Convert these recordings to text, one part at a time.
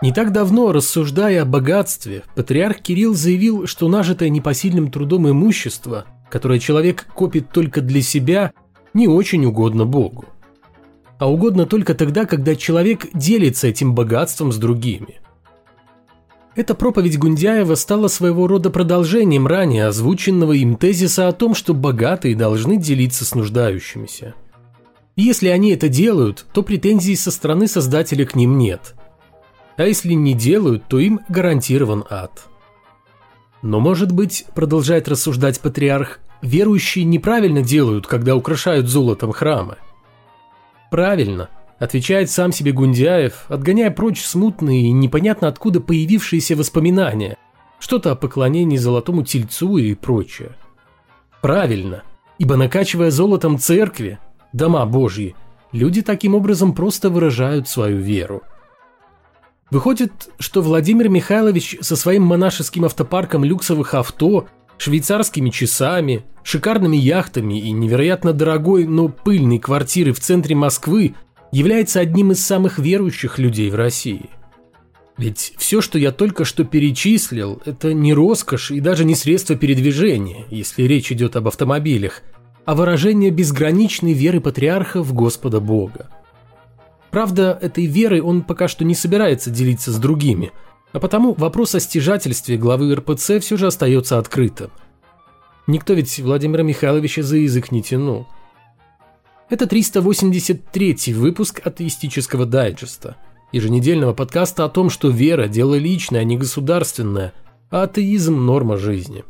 Не так давно, рассуждая о богатстве, патриарх Кирилл заявил, что нажитое непосильным трудом имущество, которое человек копит только для себя, не очень угодно Богу. А угодно только тогда, когда человек делится этим богатством с другими. Эта проповедь Гундяева стала своего рода продолжением ранее озвученного им тезиса о том, что богатые должны делиться с нуждающимися. И если они это делают, то претензий со стороны Создателя к ним нет. А если не делают, то им гарантирован ад. Но, может быть, продолжает рассуждать патриарх, верующие неправильно делают, когда украшают золотом храмы? Правильно, отвечает сам себе Гундяев, отгоняя прочь смутные и непонятно откуда появившиеся воспоминания, что-то о поклонении золотому тельцу и прочее. Правильно, ибо накачивая золотом церкви, дома Божьи, люди таким образом просто выражают свою веру. Выходит, что Владимир Михайлович со своим монашеским автопарком люксовых авто, швейцарскими часами, шикарными яхтами и невероятно дорогой, но пыльной квартирой в центре Москвы является одним из самых верующих людей в России. Ведь все, что я только что перечислил, это не роскошь и даже не средство передвижения, если речь идет об автомобилях, а выражение безграничной веры патриарха в Господа Бога. Правда, этой верой он пока что не собирается делиться с другими, а потому вопрос о стяжательстве главы РПЦ все же остается открытым. Никто ведь Владимира Михайловича за язык не тянул. Это 383-й выпуск атеистического дайджеста, еженедельного подкаста о том, что вера – дело личное, а не государственное, а атеизм – норма жизни.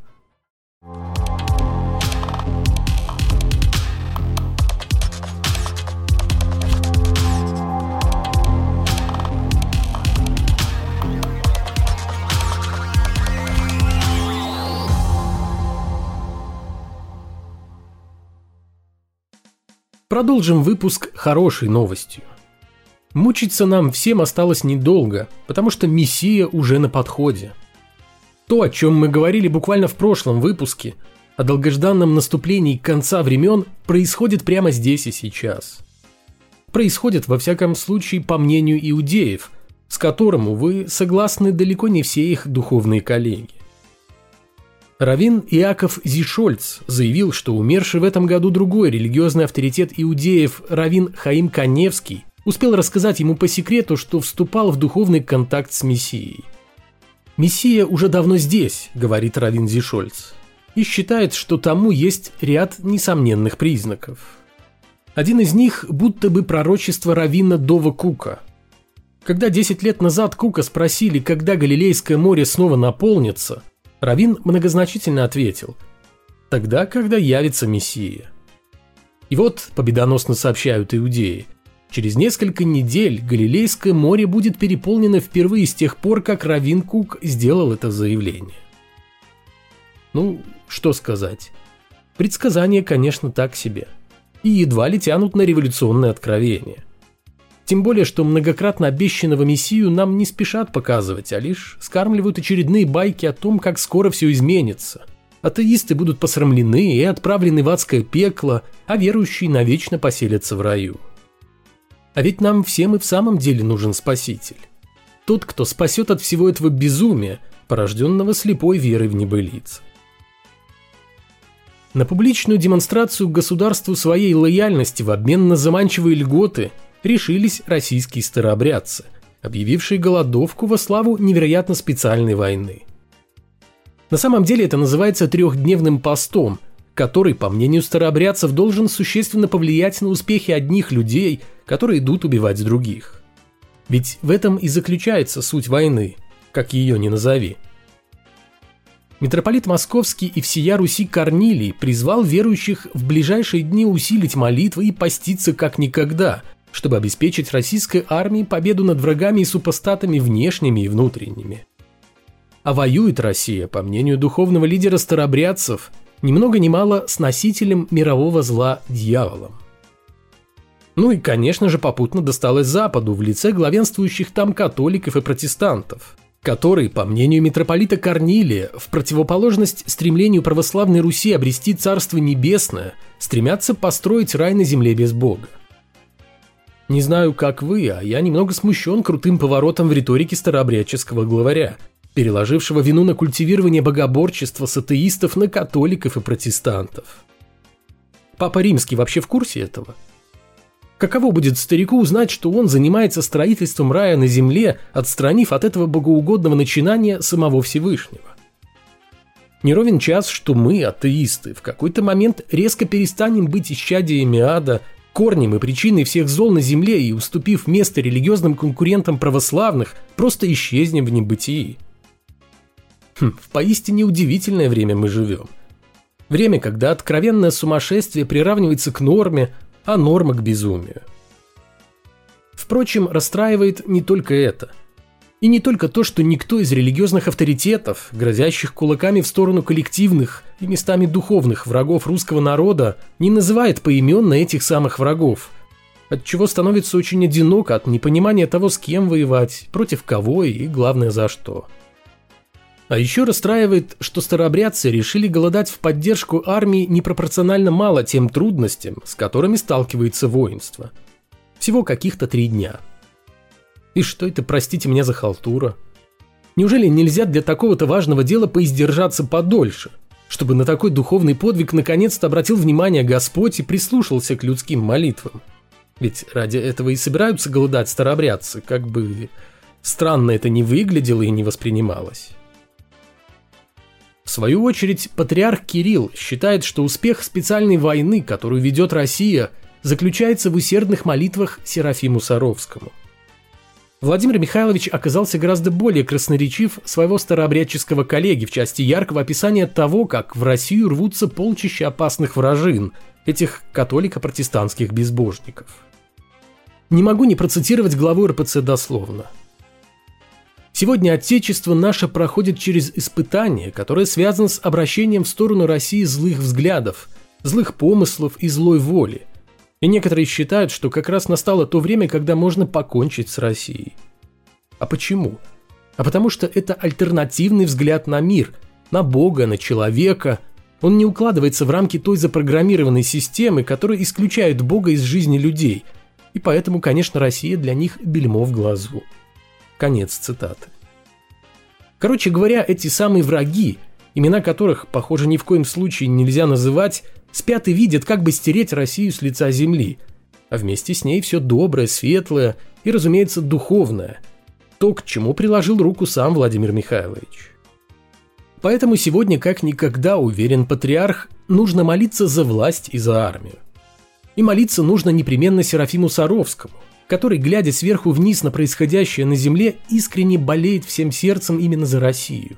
Продолжим выпуск хорошей новостью. Мучиться нам всем осталось недолго, потому что Мессия уже на подходе. То, о чем мы говорили буквально в прошлом выпуске, о долгожданном наступлении конца времен, происходит прямо здесь и сейчас. Происходит, во всяком случае, по мнению иудеев, с которым, увы, согласны далеко не все их духовные коллеги. Раввин Иаков Зишольц заявил, что умерший в этом году другой религиозный авторитет иудеев раввин Хаим Каневский успел рассказать ему по секрету, что вступал в духовный контакт с Мессией. «Мессия уже давно здесь», — говорит раввин Зишольц, и считает, что тому есть ряд несомненных признаков. Один из них будто бы пророчество раввина Дова Кука. Когда 10 лет назад Кука спросили, когда Галилейское море снова наполнится, раввин многозначительно ответил: «Тогда, когда явится Мессия». И вот, победоносно сообщают иудеи, через несколько недель Галилейское море будет переполнено впервые с тех пор, как раввин Кук сделал это заявление. Ну, что сказать. Предсказания, конечно, так себе. И едва ли тянут на революционное откровение. Тем более, что многократно обещанного Мессию нам не спешат показывать, а лишь скармливают очередные байки о том, как скоро все изменится. Атеисты будут посрамлены и отправлены в адское пекло, а верующие навечно поселятся в раю. А ведь нам всем и в самом деле нужен Спаситель. Тот, кто спасет от всего этого безумия, порожденного слепой верой в небылиц. На публичную демонстрацию государству своей лояльности в обмен на заманчивые льготы решились российские старообрядцы, объявившие голодовку во славу невероятно специальной войны. На самом деле это называется трехдневным постом, который, по мнению старообрядцев, должен существенно повлиять на успехи одних людей, которые идут убивать других. Ведь в этом и заключается суть войны, как ее ни назови. Митрополит Московский и всея Руси Корнилий призвал верующих в ближайшие дни усилить молитвы и поститься как никогда, чтобы обеспечить российской армии победу над врагами и супостатами внешними и внутренними. А воюет Россия, по мнению духовного лидера старообрядцев, ни много ни мало с носителем мирового зла дьяволом. Ну и, конечно же, попутно досталось Западу в лице главенствующих там католиков и протестантов, которые, по мнению митрополита Корнилия, в противоположность стремлению православной Руси обрести Царство Небесное, стремятся построить рай на земле без Бога. Не знаю, как вы, а я немного смущен крутым поворотом в риторике старообрядческого главаря, переложившего вину на культивирование богоборчества с атеистов на католиков и протестантов. Папа Римский вообще в курсе этого? Каково будет старику узнать, что он занимается строительством рая на земле, отстранив от этого богоугодного начинания самого Всевышнего? Не ровен час, что мы, атеисты, в какой-то момент резко перестанем быть исчадиями ада, корнем и причиной всех зол на земле и, уступив место религиозным конкурентам православных, просто исчезнем в небытии. В поистине удивительное время мы живем. Время, когда откровенное сумасшествие приравнивается к норме, а норма к безумию. Впрочем, расстраивает не только это. И не только то, что никто из религиозных авторитетов, грозящих кулаками в сторону коллективных и местами духовных врагов русского народа, не называет поименно этих самых врагов, отчего становится очень одиноко от непонимания того, с кем воевать, против кого и, главное, за что. А еще расстраивает, что старообрядцы решили голодать в поддержку армии непропорционально мало тем трудностям, с которыми сталкивается воинство. Всего каких-то 3 дня. И что это, простите меня за халтура? Неужели нельзя для такого-то важного дела поиздержаться подольше, чтобы на такой духовный подвиг наконец-то обратил внимание Господь и прислушался к людским молитвам? Ведь ради этого и собираются голодать старообрядцы, как бы странно это ни выглядело и не воспринималось. В свою очередь, патриарх Кирилл считает, что успех специальной войны, которую ведет Россия, заключается в усердных молитвах Серафиму Саровскому. Владимир Михайлович оказался гораздо более красноречив своего старообрядческого коллеги в части яркого описания того, как в Россию рвутся полчища опасных вражин, этих католико-протестантских безбожников. Не могу не процитировать главу РПЦ дословно. Сегодня Отечество наше проходит через испытание, которое связано с обращением в сторону России злых взглядов, злых помыслов и злой воли. И некоторые считают, что как раз настало то время, когда можно покончить с Россией. А почему? А потому что это альтернативный взгляд на мир, на Бога, на человека. Он не укладывается в рамки той запрограммированной системы, которая исключает Бога из жизни людей. И поэтому, конечно, Россия для них бельмо в глазу. Конец цитаты. Короче говоря, эти самые враги, имена которых, похоже, ни в коем случае нельзя называть, спят и видят, как бы стереть Россию с лица земли, а вместе с ней все доброе, светлое и, разумеется, духовное, то, к чему приложил руку сам Владимир Михайлович. Поэтому сегодня, как никогда, уверен патриарх, нужно молиться за власть и за армию. И молиться нужно непременно Серафиму Саровскому, который, глядя сверху вниз на происходящее на земле, искренне болеет всем сердцем именно за Россию.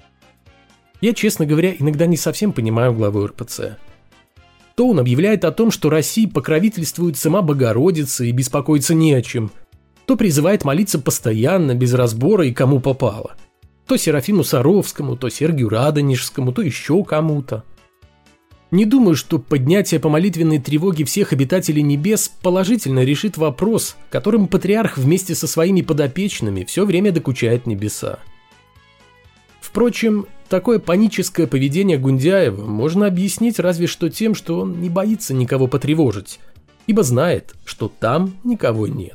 Я, честно говоря, иногда не совсем понимаю главу РПЦ. То он объявляет о том, что России покровительствует сама Богородица и беспокоиться не о чем, то призывает молиться постоянно, без разбора и кому попало. То Серафиму Саровскому, то Сергию Радонежскому, то еще кому-то. Не думаю, что поднятие по молитвенной тревоге всех обитателей небес положительно решит вопрос, которым патриарх вместе со своими подопечными все время докучает небеса. Впрочем, такое паническое поведение Гундяева можно объяснить разве что тем, что он не боится никого потревожить, ибо знает, что там никого нет.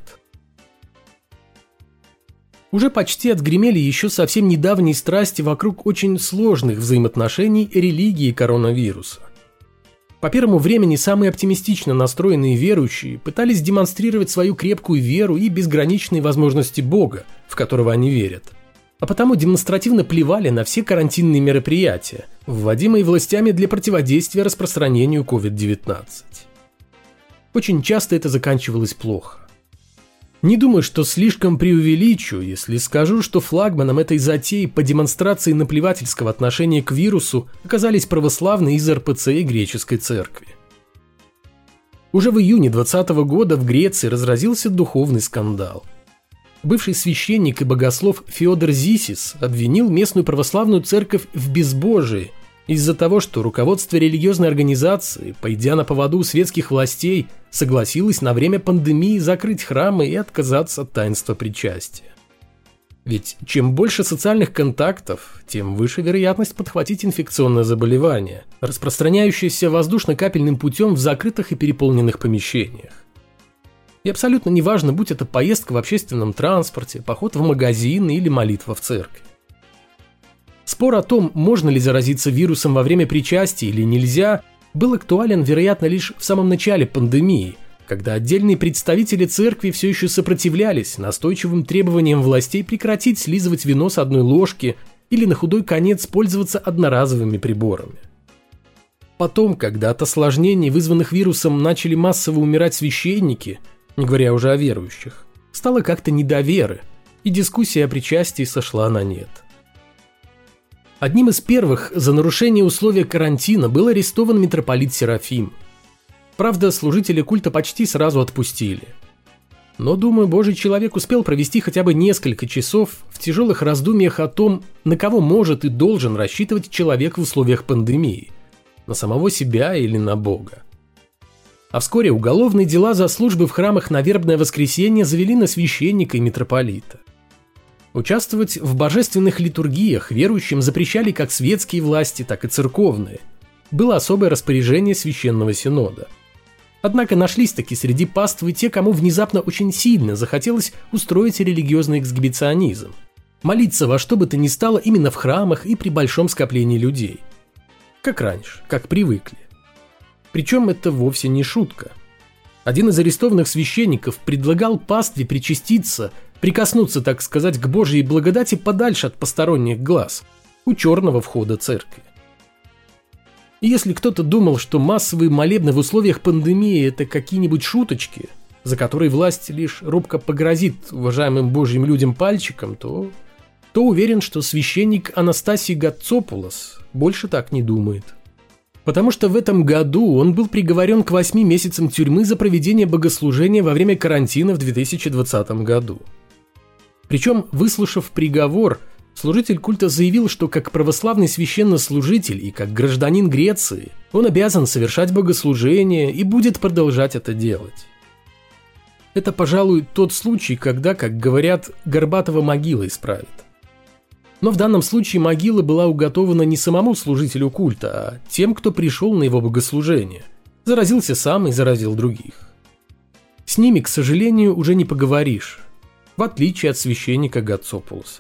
Уже почти отгремели еще совсем недавние страсти вокруг очень сложных взаимоотношений религии и коронавируса. По первому времени самые оптимистично настроенные верующие пытались демонстрировать свою крепкую веру и безграничные возможности Бога, в которого они верят. А потому демонстративно плевали на все карантинные мероприятия, вводимые властями для противодействия распространению COVID-19. Очень часто это заканчивалось плохо. Не думаю, что слишком преувеличу, если скажу, что флагманом этой затеи по демонстрации наплевательского отношения к вирусу оказались православные из РПЦ и греческой церкви. Уже в июне 2020 года в Греции разразился духовный скандал. Бывший священник и богослов Феодор Зисис обвинил местную православную церковь в безбожии из-за того, что руководство религиозной организации, пойдя на поводу у светских властей, согласилось на время пандемии закрыть храмы и отказаться от таинства причастия. Ведь чем больше социальных контактов, тем выше вероятность подхватить инфекционное заболевание, распространяющееся воздушно-капельным путем в закрытых и переполненных помещениях. И абсолютно неважно, будь это поездка в общественном транспорте, поход в магазин или молитва в церкви. Спор о том, можно ли заразиться вирусом во время причастия или нельзя, был актуален, вероятно, лишь в самом начале пандемии, когда отдельные представители церкви все еще сопротивлялись настойчивым требованиям властей прекратить слизывать вино с одной ложки или на худой конец пользоваться одноразовыми приборами. Потом, когда от осложнений, вызванных вирусом, начали массово умирать священники, не говоря уже о верующих, стало как-то не до веры, и дискуссия о причастии сошла на нет. Одним из первых за нарушение условий карантина был арестован митрополит Серафим. Правда, служители культа почти сразу отпустили. Но, думаю, Божий человек успел провести хотя бы несколько часов в тяжелых раздумьях о том, на кого может и должен рассчитывать человек в условиях пандемии – на самого себя или на Бога. А вскоре уголовные дела за службы в храмах на Вербное воскресенье завели на священника и митрополита. Участвовать в божественных литургиях верующим запрещали как светские власти, так и церковные. Было особое распоряжение Священного Синода. Однако нашлись-таки среди паствы те, кому внезапно очень сильно захотелось устроить религиозный эксгибиционизм. Молиться во что бы то ни стало именно в храмах и при большом скоплении людей. Как раньше, как привыкли. Причем это вовсе не шутка. Один из арестованных священников предлагал пастве причаститься, прикоснуться, так сказать, к Божьей благодати подальше от посторонних глаз, у черного входа церкви. И если кто-то думал, что массовые молебны в условиях пандемии – это какие-нибудь шуточки, за которые власть лишь робко погрозит уважаемым Божьим людям пальчиком, то уверен, что священник Анастасий Гатцопулос больше так не думает. Потому что в этом году он был приговорен к 8 месяцам тюрьмы за проведение богослужения во время карантина в 2020 году. Причем, выслушав приговор, служитель культа заявил, что как православный священнослужитель и как гражданин Греции он обязан совершать богослужение и будет продолжать это делать. Это, пожалуй, тот случай, когда, как говорят, Горбатова могила исправит. Но в данном случае могила была уготована не самому служителю культа, а тем, кто пришел на его богослужение. Заразился сам и заразил других. С ними, к сожалению, уже не поговоришь, в отличие от священника Гатцопулоса.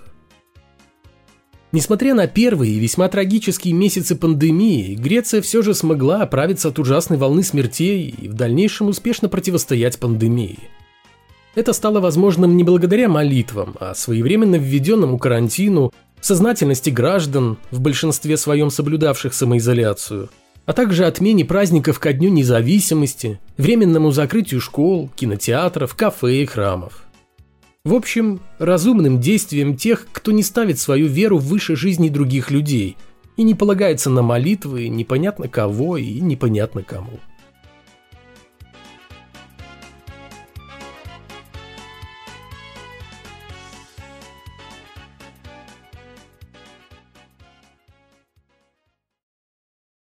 Несмотря на первые и весьма трагические месяцы пандемии, Греция все же смогла оправиться от ужасной волны смертей и в дальнейшем успешно противостоять пандемии. Это стало возможным не благодаря молитвам, а своевременно введенному карантину, сознательности граждан, в большинстве своем соблюдавших самоизоляцию, а также отмене праздников ко Дню независимости, временному закрытию школ, кинотеатров, кафе и храмов. В общем, разумным действием тех, кто не ставит свою веру выше жизни других людей и не полагается на молитвы непонятно кого и непонятно кому.